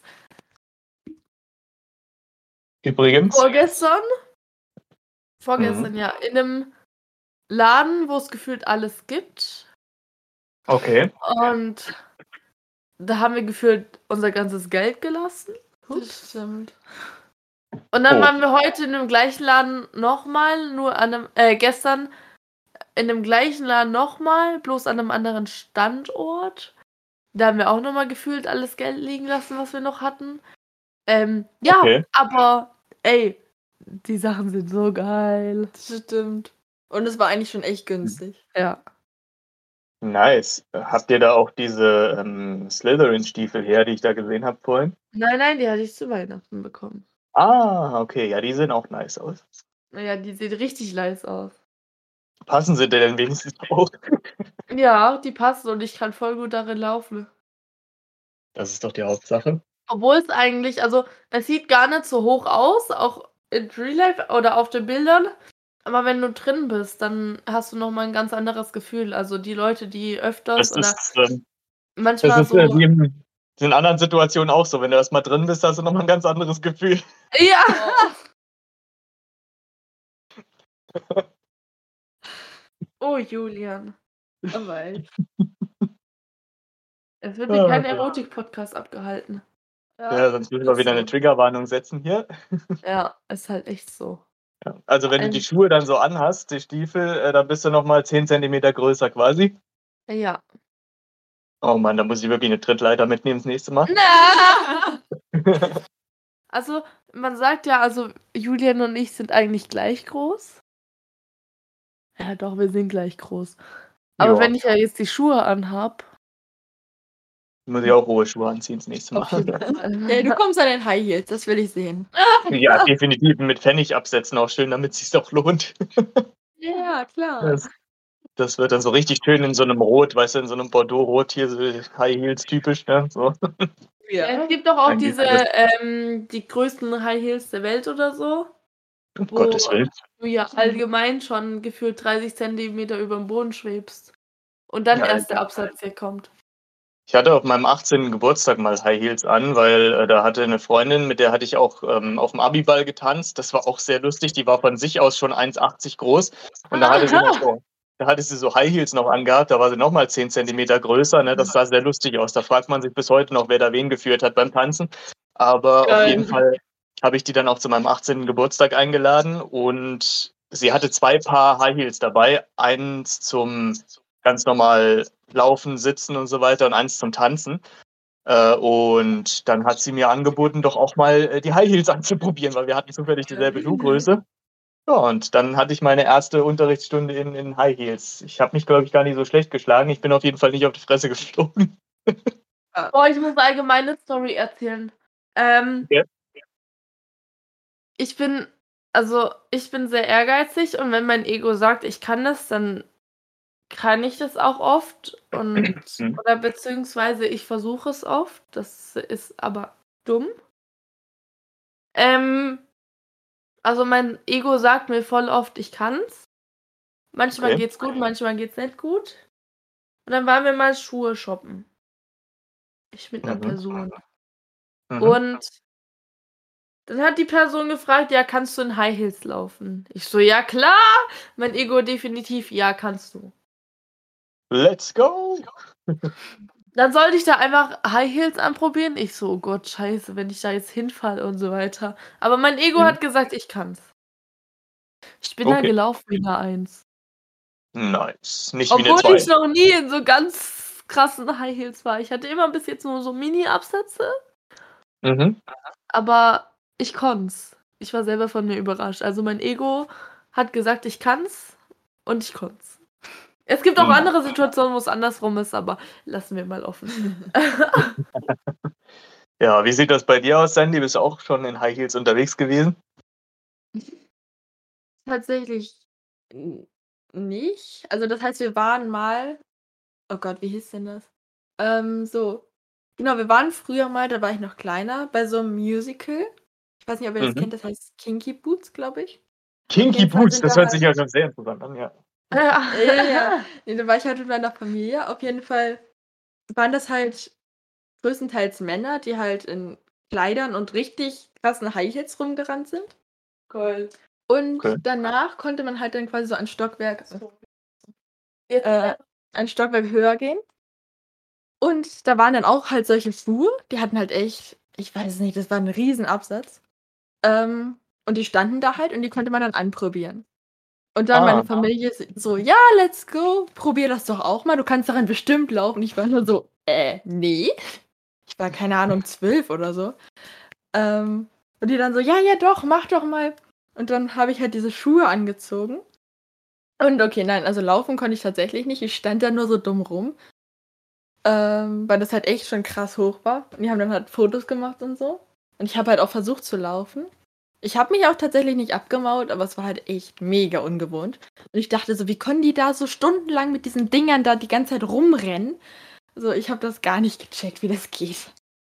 Übrigens. vorgestern, vorgestern, Mhm. ja, in einem Laden, wo es gefühlt alles gibt. Okay. Und da haben wir gefühlt unser ganzes Geld gelassen. Das stimmt. Und dann Oh. waren wir heute in dem gleichen Laden nochmal, nur an einem, äh, gestern in dem gleichen Laden nochmal, bloß an einem anderen Standort. Da haben wir auch nochmal gefühlt alles Geld liegen lassen, was wir noch hatten. Ähm, ja, Okay. aber, ey, die Sachen sind so geil. Das stimmt. Und es war eigentlich schon echt günstig. Ja. Nice. Habt ihr da auch diese ähm, Slytherin-Stiefel her, die ich da gesehen habe vorhin? Nein, nein, die hatte ich zu Weihnachten bekommen. Ah, okay. Ja, die sehen auch nice aus. Naja, die sieht richtig nice aus. Passen sie dir denn wenigstens auch? Ja, die passen und ich kann voll gut darin laufen. Das ist doch die Hauptsache. Obwohl es eigentlich, also, es sieht gar nicht so hoch aus, auch in Real Life oder auf den Bildern. Aber wenn du drin bist, dann hast du nochmal ein ganz anderes Gefühl. Also die Leute, die öfters Das oder ist, ähm, das manchmal ist so. äh, wie in, in anderen Situationen auch so. Wenn du erstmal drin bist, hast du nochmal ein ganz anderes Gefühl. Ja! Oh, Julian. Aber echt. Es wird hier Ah, kein okay. Erotik-Podcast abgehalten. Ja, sonst müssen wir wieder eine so. Triggerwarnung setzen hier. Ja, ist halt echt so. Ja. Also wenn du Ein- die Schuhe dann so anhast, die Stiefel, äh, dann bist du nochmal zehn Zentimeter größer quasi. Ja. Oh Mann, da muss ich wirklich eine Trittleiter mitnehmen das nächste Mal. Na! Also, man sagt ja, also Julian und ich sind eigentlich gleich groß. Ja, doch, wir sind gleich groß. Aber Ja. wenn ich ja jetzt die Schuhe anhab. Muss ich auch hohe Schuhe anziehen das nächste Mal. Auf jeden Fall. Ey, du kommst an den High Heels, das will ich sehen. Ja, definitiv mit Pfennig absetzen auch schön, damit es sich auch lohnt. Ja, klar. Das, das wird dann so richtig schön in so einem Rot, weißt du, in so einem Bordeaux-Rot hier, so High Heels typisch, ne? So. Ja, es gibt doch auch Ein diese, Lied, ähm, die größten High Heels der Welt oder so. Um Wo Gottes Willen. du ja allgemein schon gefühlt dreißig Zentimeter über dem Boden schwebst. Und dann Ja, erst der ja. Absatz hier kommt. Ich hatte auf meinem achtzehnten Geburtstag mal High Heels an, weil äh, da hatte eine Freundin, mit der hatte ich auch ähm, auf dem Abiball getanzt. Das war auch sehr lustig. Die war von sich aus schon eins Komma achtzig groß. Und da hatte sie noch so, da hatte sie so High Heels noch angehabt. Da war sie nochmal zehn Zentimeter größer. Ne? Das sah sehr lustig aus. Da fragt man sich bis heute noch, wer da wen geführt hat beim Tanzen. Aber Geil. auf jeden Fall habe ich die dann auch zu meinem achtzehnten Geburtstag eingeladen. Und sie hatte zwei Paar High Heels dabei. Eins zum ganz normal Laufen, Sitzen und so weiter und eins zum Tanzen. Äh, und dann hat sie mir angeboten, doch auch mal äh, die High Heels anzuprobieren, weil wir hatten zufällig dieselbe Schuhgröße. Ja, und dann hatte ich meine erste Unterrichtsstunde in, in High Heels. Ich habe mich, glaube ich, gar nicht so schlecht geschlagen. Ich bin auf jeden Fall nicht auf die Fresse geflogen. Boah, ich muss allgemein eine Story erzählen. Ähm, Ja. Ich bin, also ich bin sehr ehrgeizig und wenn mein Ego sagt, ich kann das, dann kann ich das auch oft und Mhm. oder beziehungsweise ich versuche es oft. Das ist aber dumm. Ähm, also mein Ego sagt mir voll oft, ich kann's. Manchmal Okay. geht's gut, manchmal geht's nicht gut. Und dann waren wir mal Schuhe shoppen. Ich mit einer Mhm. Person. Mhm. Und dann hat die Person gefragt, ja, kannst du in High Heels laufen? Ich so, ja klar. Mein Ego definitiv, ja, kannst du. Let's go! Dann sollte ich da einfach High Heels anprobieren. Ich so, oh Gott, scheiße, wenn ich da jetzt hinfalle und so weiter. Aber mein Ego Mhm. hat gesagt, ich kann's. Ich bin da Okay. gelaufen wie eine Eins. Nice. Nicht wie eine Obwohl zwei. ich noch nie in so ganz krassen High Heels war. Ich hatte immer bis jetzt nur so Mini-Absätze, Mhm. aber ich konnt's. Ich war selber von mir überrascht. Also mein Ego hat gesagt, ich kann's und ich konnt's. Es gibt auch Mhm. andere Situationen, wo es andersrum ist, aber lassen wir mal offen. Ja, wie sieht das bei dir aus, Sandy? Bist du auch schon in High Heels unterwegs gewesen? Tatsächlich n- nicht. Also das heißt, wir waren mal. Oh Gott, wie hieß denn das? Ähm, so. Genau, wir waren früher mal, da war ich noch kleiner, bei so einem Musical. Ich weiß nicht, ob ihr das Mhm. kennt, das heißt Kinky Boots, glaube ich. Kinky jeden Fall Boots, sind das da hört sich ja halt schon sehr interessant an, ja. ja, ja. Ne, da war ich halt mit meiner Familie. Auf jeden Fall waren das halt größtenteils Männer, die halt in Kleidern und richtig krassen High Heels rumgerannt sind. Cool. Und Okay. danach konnte man halt dann quasi so ein Stockwerk Jetzt äh, ein Stockwerk höher gehen. Und da waren dann auch halt solche Schuhe, die hatten halt echt, ich weiß nicht, das war 'n Riesenabsatz. Ähm, und die standen da halt und die konnte man dann anprobieren. Und dann meine Ah, Familie s so: „Ja, let's go, probier das doch auch mal, du kannst darin bestimmt laufen." Ich war nur so: „Äh, ne." Ich war, keine Ahnung, zwölf oder so. Ähm, und die dann so: „Ja, ja, doch, mach doch mal." Und dann habe ich halt diese Schuhe angezogen. Und okay, nein, also laufen konnte ich tatsächlich nicht. Ich stand da nur so dumm rum, ähm, weil das halt echt schon krass hoch war. Und die haben dann halt Fotos gemacht und so. Und ich habe halt auch versucht zu laufen. Ich habe mich auch tatsächlich nicht abgemauert, aber es war halt echt mega ungewohnt. Und ich dachte so, wie können die da so stundenlang mit diesen Dingern da die ganze Zeit rumrennen? Also, ich habe das gar nicht gecheckt, wie das geht.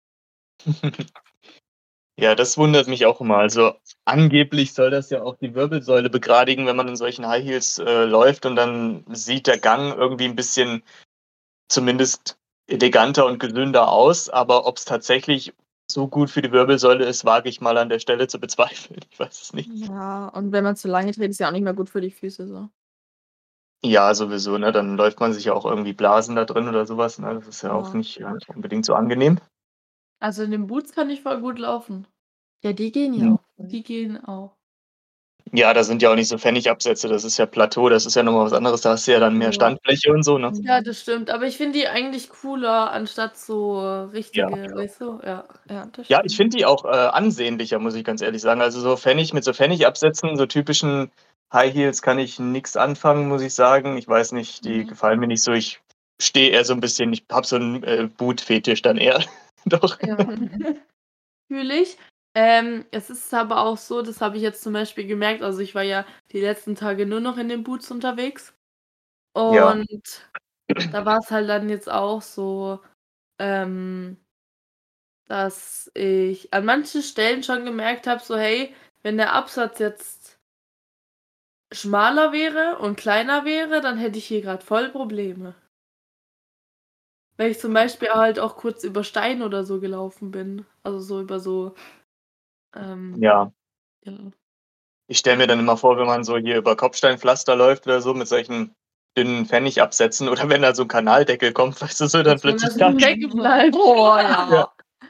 ja, das wundert mich auch immer. Also angeblich soll das ja auch die Wirbelsäule begradigen, wenn man in solchen High Heels äh, läuft und dann sieht der Gang irgendwie ein bisschen zumindest eleganter und gesünder aus. Aber ob es tatsächlich so gut für die Wirbelsäule ist, wage ich mal an der Stelle zu bezweifeln. Ich weiß es nicht. Ja, und wenn man zu lange dreht, ist ja auch nicht mehr gut für die Füße so. Ja, sowieso, ne? Dann läuft man sich ja auch irgendwie Blasen da drin oder sowas. Ne? Das ist ja auch Ja. nicht äh, unbedingt so angenehm. Also in den Boots kann ich voll gut laufen. Ja, die gehen ja Mhm. auch. Die gehen auch. Ja, da sind ja auch nicht so Pfennigabsätze, das ist ja Plateau, das ist ja nochmal was anderes, da hast du ja dann mehr Ja. Standfläche und so, ne? Ja, das stimmt. Aber ich finde die eigentlich cooler anstatt so Ja. richtige, weißt du? Ja. Ja, das Ja, stimmt. ich finde die auch äh, ansehnlicher, muss ich ganz ehrlich sagen. Also so Pfennig mit so Pfennigabsätzen, so typischen High Heels kann ich nix anfangen, muss ich sagen. Ich weiß nicht, die Mhm. gefallen mir nicht so. Ich stehe eher so ein bisschen, ich habe so einen äh, Boot-Fetisch dann eher. Doch. Ja. Fühle ich. Ähm, es ist aber auch so, das habe ich jetzt zum Beispiel gemerkt, also ich war ja die letzten Tage nur noch in den Boots unterwegs. Ja. Und da war es halt dann jetzt auch so, ähm, dass ich an manchen Stellen schon gemerkt habe, so hey, wenn der Absatz jetzt schmaler wäre und kleiner wäre, dann hätte ich hier gerade voll Probleme. Weil ich zum Beispiel halt auch kurz über Steine oder so gelaufen bin. Also so über so, ähm, Ja. ja. Ich stelle mir dann immer vor, wenn man so hier über Kopfsteinpflaster läuft oder so mit solchen dünnen Pfennigabsätzen oder wenn da so ein Kanaldeckel kommt, weißt du so, dann Dass man da plötzlich so gar stecken bleibt. Oh ja. Ja.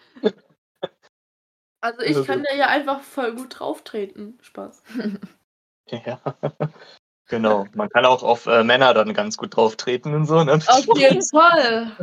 Also ich Also, kann da ja einfach voll gut drauf treten. Spaß. ja. Genau. Man kann auch auf äh, Männer dann ganz gut drauf treten und so, ne? Auf jeden Fall.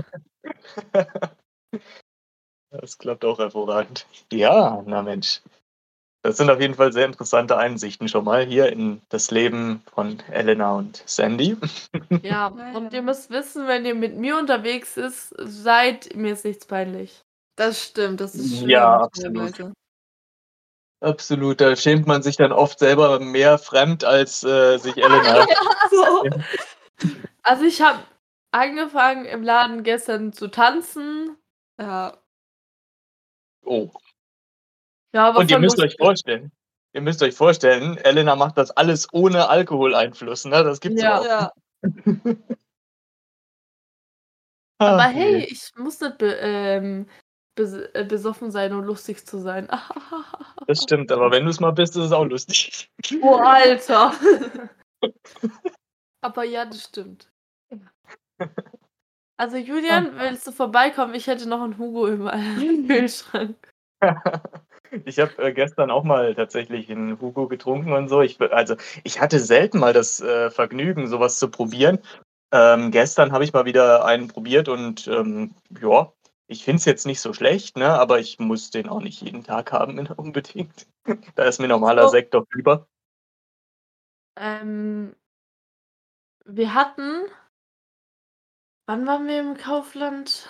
Das klappt auch hervorragend. Ja, na Mensch. Das sind auf jeden Fall sehr interessante Einsichten schon mal hier in das Leben von Elena und Sandy. Ja, und ihr müsst wissen, wenn ihr mit mir unterwegs ist, seid, mir ist nichts peinlich. Das stimmt, das ist schlimm Ja, absolut. teilweise. Absolut, da schämt man sich dann oft selber mehr fremd, als äh, sich Elena. So. Also ich habe angefangen im Laden gestern zu tanzen. Ja. Oh. Ja, aber Und ihr voll müsst euch lustig. vorstellen, ihr müsst euch vorstellen, Elena macht das alles ohne Alkoholeinfluss, ne? Das gibt's Ja. überhaupt Ja. Aber Ach hey, je. ich muss nicht be ähm, bes äh, besoffen sein, um lustig zu sein. Das stimmt, aber wenn du's mal bist, ist es auch lustig. Oh, Alter. Aber ja, das stimmt. Also Julian, willst du vorbeikommen? Ich hätte noch 'n Hugo im im Kühlschrank. Ich habe äh, gestern auch mal tatsächlich 'n Hugo getrunken und so. Ich b also, ich hatte selten mal das äh, Vergnügen, so was zu probieren. Ähm, gestern habe ich mal wieder einen probiert und ähm, ja, ich finde es jetzt nicht so schlecht, ne, aber ich muss den auch nicht jeden Tag haben unbedingt. Da ist mir normaler So. Sekt doch lieber. Ähm wir hatten wann waren wir im Kaufland?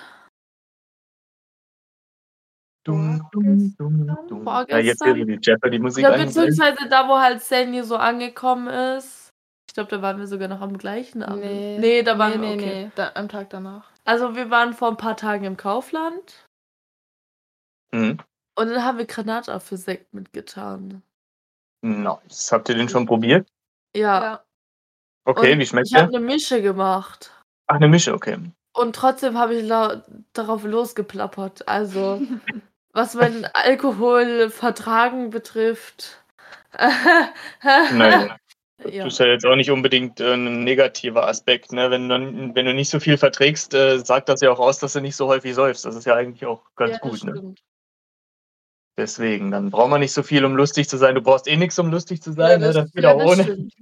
Dum, dum, dum, dum. Ja, jetzt hier so Vorgestern? die Jeopardy-Musik Oder eingeblenden. beziehungsweise da, wo halt Sandy so angekommen ist. Ich glaube, da waren wir sogar noch am gleichen Abend. Ne. Ne, da waren Ne, wir ne, okay. ne, da am Tag danach. Also, wir waren vor 'n paar Tagen im Kaufland Mhm. und dann haben wir Granatapfelsekt mitgetan. Nice. Habt ihr den schon probiert? Ja. Okay, Und wie schmeckt ich habe der? eine Mische gemacht. Ach, eine Mische, okay. Und trotzdem habe ich lau- darauf losgeplappert. Also, was mein Alkoholvertragen betrifft. Naja, das Ja, ist ja jetzt auch nicht unbedingt äh, ein negativer Aspekt. Ne? Wenn, du, dann- wenn du nicht so viel verträgst, äh, sagt das ja auch aus, dass du nicht so häufig säufst. Das ist ja eigentlich auch ganz ja, das gut. Ne? stimmt. Deswegen, dann braucht man nicht so viel, um lustig zu sein. Du brauchst eh nichts, um lustig zu Ja, sein. Ne? das, Das geht ja, auch das ohne. stimmt.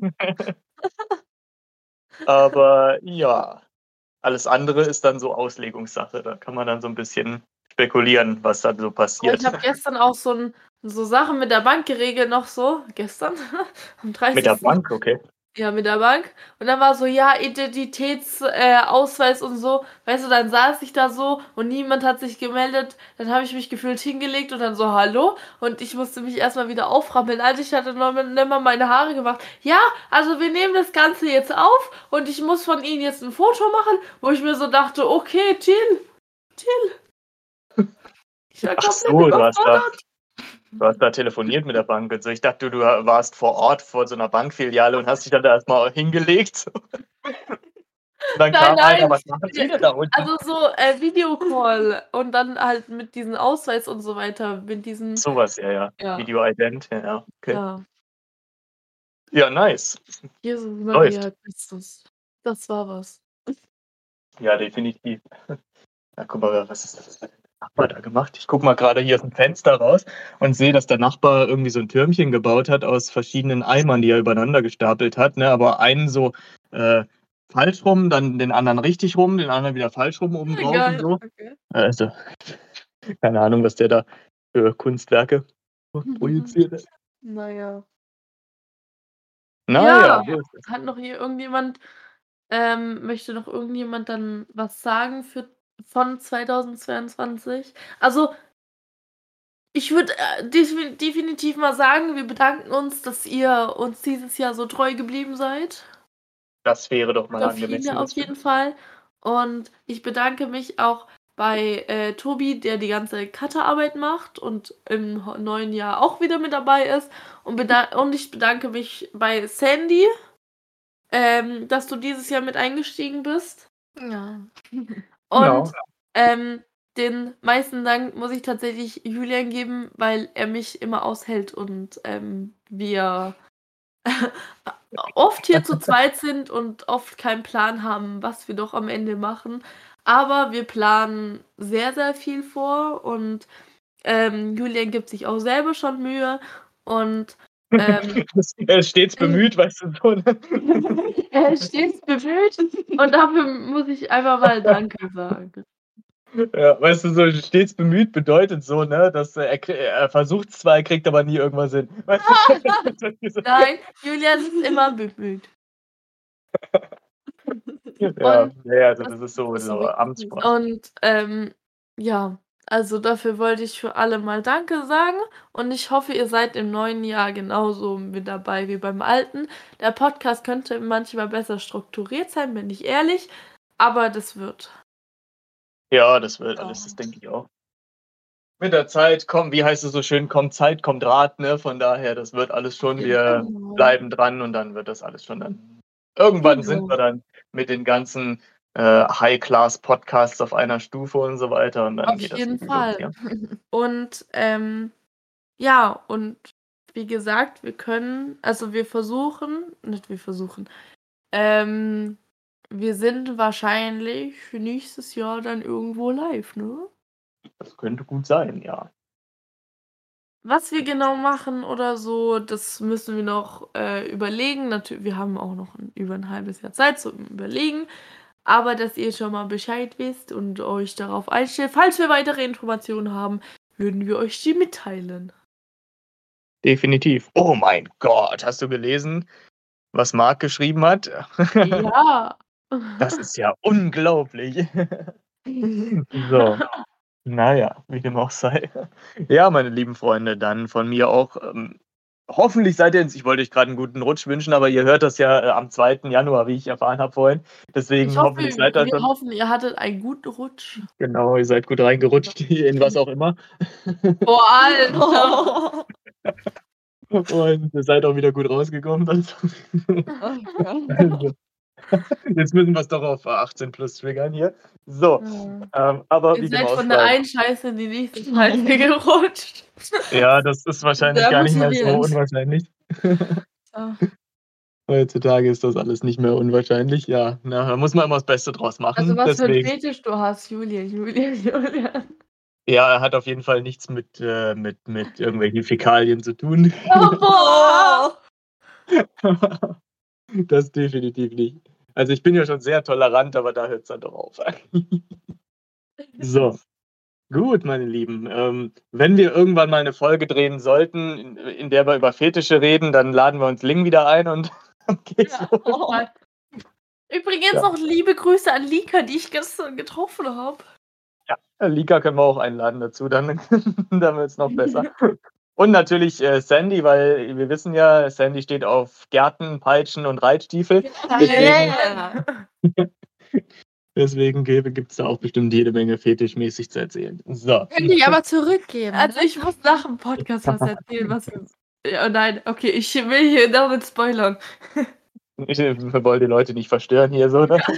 Aber ja, alles andere ist dann so Auslegungssache. Da kann man dann so ein bisschen spekulieren, was dann so Aber passiert. ich habe gestern auch so, ein, so Sachen mit der Bank geregelt, noch so. Gestern? Am Mit der dreißigsten Bank, okay. Ja, mit der Bank. Und dann war so, ja, Identitätsausweis äh, Ausweis und so. Weißt du, dann saß ich da so und niemand hat sich gemeldet. Dann habe ich mich gefühlt hingelegt und dann so, hallo? Und ich musste mich erstmal wieder aufrappeln. Also ich hatte noch nicht mal meine Haare gemacht. Ja, also wir nehmen das Ganze jetzt auf und ich muss von Ihnen jetzt ein Foto machen, wo ich mir so dachte, okay, chill, chill. Ich war Ach komplett so, du hast da, überfordert. du hast da telefoniert mit der Bank. Also ich dachte, du warst vor Ort vor so einer Bankfiliale und hast dich dann da erstmal hingelegt. Und dann Nein, kam einer, nein. was machen Sie denn da unten? Also so äh, Videocall und dann halt mit diesem Ausweis und so weiter, mit diesen, Sowas, ja, ja. ja, Video-Ident, ja, ja. Okay. ja. Ja, nice. Jesus Läuft. Maria Christus. Das war was. Ja, definitiv. Ja, guck mal, was ist das? Was hat der Nachbar da gemacht? Ich guck mal gerade hier aus dem Fenster raus und sehe, dass der Nachbar irgendwie so ein Türmchen gebaut hat aus verschiedenen Eimern, die er übereinander gestapelt hat. Ne? Aber einen so äh, falsch rum, dann den anderen richtig rum, den anderen wieder falsch rum oben drauf und Geil, so. okay. Also, keine Ahnung, was der da für Kunstwerke projiziert hat. Naja. Naja, Ja, so ist es. hat noch hier irgendjemand, ähm, möchte noch irgendjemand dann was sagen für von zweitausendzweiundzwanzig? Also, ich würde äh, defi- definitiv mal sagen, wir bedanken uns, dass ihr uns dieses Jahr so treu geblieben seid. Das wäre doch mal Oder angemessen. viele auf jeden Fall. Und ich bedanke mich auch bei äh, Tobi, der die ganze Cutterarbeit macht und im ho- neuen Jahr auch wieder mit dabei ist. Und, beda- und ich bedanke mich bei Sandy, ähm, dass du dieses Jahr mit eingestiegen bist. Ja. Und Genau. ähm, den meisten Dank muss ich tatsächlich Julian geben, weil er mich immer aushält und ähm, wir oft hier zu zweit sind und oft keinen Plan haben, was wir doch am Ende machen. Aber wir planen sehr, sehr viel vor und ähm, Julian gibt sich auch selber schon Mühe und ähm, Er ist stets bemüht, weißt du so. Ne? er ist stets bemüht und dafür muss ich einfach mal Danke sagen. Ja, weißt du, so stets bemüht bedeutet so, ne, dass er, er, er versucht zwar, er kriegt aber nie irgendwas hin. Weißt du? Nein, Julian ist immer bemüht. Ja, Und ja, also das das ist so, ist so so wichtig. Amtssprache. Und ähm, ja, also dafür wollte ich für alle mal Danke sagen und ich hoffe, ihr seid im neuen Jahr genauso mit dabei wie beim alten. Der Podcast könnte manchmal besser strukturiert sein, bin ich ehrlich, aber das wird. Ja, das wird alles, das denke ich auch. Mit der Zeit kommt, wie heißt es so schön, kommt Zeit, kommt Rat, ne? Von daher, das wird alles schon, wir Genau. bleiben dran und dann wird das alles schon dann. Irgendwann Genau. sind wir dann mit den ganzen äh, High-Class-Podcasts auf einer Stufe und so weiter und dann Auf geht das jeden richtig Fall. los, ja. Und ähm, ja, und wie gesagt, wir können, also wir versuchen, nicht wir versuchen, ähm, wir sind wahrscheinlich für nächstes Jahr dann irgendwo live, ne? Das könnte gut sein, ja. Was wir genau machen oder so, das müssen wir noch äh, überlegen. Natürlich, wir haben auch noch ein, über ein halbes Jahr Zeit zum Überlegen. Aber dass ihr schon mal Bescheid wisst und euch darauf einstellt, falls wir weitere Informationen haben, würden wir euch die mitteilen. Definitiv. Oh mein Gott, hast du gelesen, was Marc geschrieben hat? Ja. Das ist ja unglaublich. So, naja, wie dem auch sei. Ja, meine lieben Freunde, dann von mir auch. Ähm, hoffentlich seid ihr, ich wollte euch gerade einen guten Rutsch wünschen, aber ihr hört das ja äh, am zweiten Januar, wie ich erfahren habe vorhin. Deswegen Ich hoffe, hoffentlich seid ihr wir schon. hoffen, ihr hattet einen guten Rutsch. Genau, ihr seid gut reingerutscht in was auch immer. Boah, Alter. Und ihr seid auch wieder gut rausgekommen. Also, Oh Gott. also, jetzt müssen wir es doch auf achtzehn plus triggern hier. So, Ja. ähm, aber Ihr wie dem seid auch von der sei. einen Scheiße in die nächste Scheiße gerutscht. Ja, das ist wahrscheinlich Sehr gar nicht mehr so motivierend. unwahrscheinlich. So. Heutzutage ist das alles nicht mehr unwahrscheinlich. Ja, na, da muss man immer das Beste draus machen. Also was für ein Deswegen, Fetisch du hast, Julian, Julian, Julian. ja, er hat auf jeden Fall nichts mit, äh, mit, mit irgendwelchen Fäkalien zu tun. Oh, boah. Das definitiv nicht. Also ich bin ja schon sehr tolerant, aber da hört es dann doch auf. So, gut, meine Lieben. Ähm, wenn wir irgendwann mal eine Folge drehen sollten, in, in der wir über Fetische reden, dann laden wir uns Ling wieder ein und dann geht's Ja. los. Oh. Übrigens Ja. noch liebe Grüße an Lika, die ich gestern getroffen habe. Ja, Lika können wir auch einladen dazu, dann, dann wird es noch besser. Und natürlich äh, Sandy, weil wir wissen ja, Sandy steht auf Gärten, Peitschen und Reitstiefel. Deswegen, Yeah. deswegen gibt es da auch bestimmt jede Menge fetischmäßig zu erzählen. So. Könnte ich aber zurückgeben. Also ich muss nach dem Podcast was erzählen, was wir... Ja, nein, okay, ich will hier damit spoilern. Ich wollte die Leute nicht verstören hier so. Ne?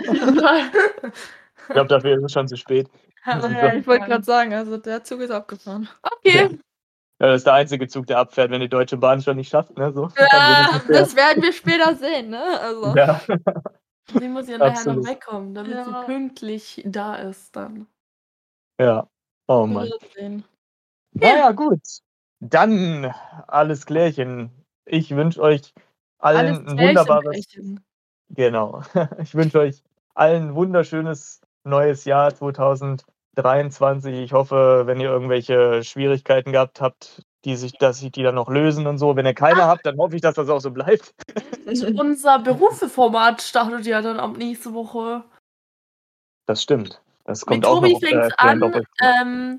Ich glaube, dafür ist es schon zu spät. Ja, ich wollte gerade sagen, also der Zug ist abgefahren. Okay. Ja, das ist der einzige Zug, der abfährt, wenn die Deutsche Bahn schon nicht schafft. Ne? So. Ja, Das werden wir später sehen, ne? Also. Ja. Sie muss ja nachher noch Absolut. wegkommen, damit Ja. sie pünktlich da ist dann. Ja. Oh wir Mann. werden sehen. Naja, gut. Dann alles klärchen. Ich wünsche euch Alles allen ein wunderbares. Klärchen. Genau. Ich wünsche euch allen ein wunderschönes neues Jahr zweitausenddreiundzwanzig. Ich hoffe, wenn ihr irgendwelche Schwierigkeiten gehabt habt, die sich, dass sich die dann noch lösen und so. Wenn ihr keine habt, dann hoffe ich, dass das auch so bleibt. Unser Berufeformat startet ja dann ab nächste Woche. Das stimmt. Das Mit kommt auch Tobi noch. fängt's äh, an. auf euch zu. Ähm,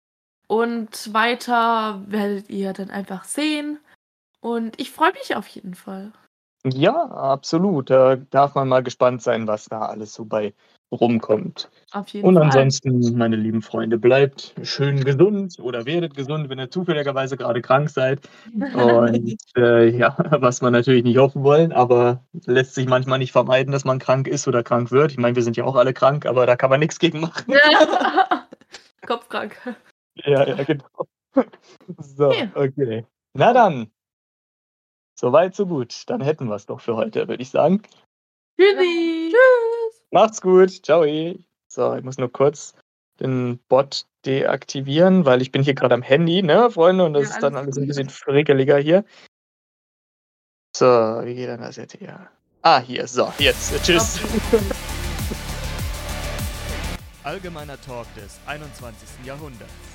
und weiter werdet ihr dann einfach sehen. Und ich freue mich auf jeden Fall. Ja, absolut. Da darf man mal gespannt sein, was da alles so bei rumkommt. Auf jeden Und Fall. ansonsten, meine lieben Freunde, bleibt schön gesund oder werdet gesund, wenn ihr zufälligerweise gerade krank seid. Und äh, ja, was wir natürlich nicht hoffen wollen, aber lässt sich manchmal nicht vermeiden, dass man krank ist oder krank wird. Ich meine, wir sind ja auch alle krank, aber da kann man nichts gegen machen. Kopfkrank. Ja, ja, genau. So, Okay. okay. Na dann. Soweit, so gut. Dann hätten wir es doch für heute, würde ich sagen. Tschüssi. Tschüss. Macht's gut. Ciao. So, ich muss nur kurz den Bot deaktivieren, weil ich bin hier gerade am Handy, ne, Freunde? Und das Ja, ist dann alles alles ein gut. bisschen frickeliger hier. So, wie geht denn das jetzt hier? Ah, hier. So, jetzt. Tschüss. Allgemeiner Talk des einundzwanzigsten Jahrhunderts.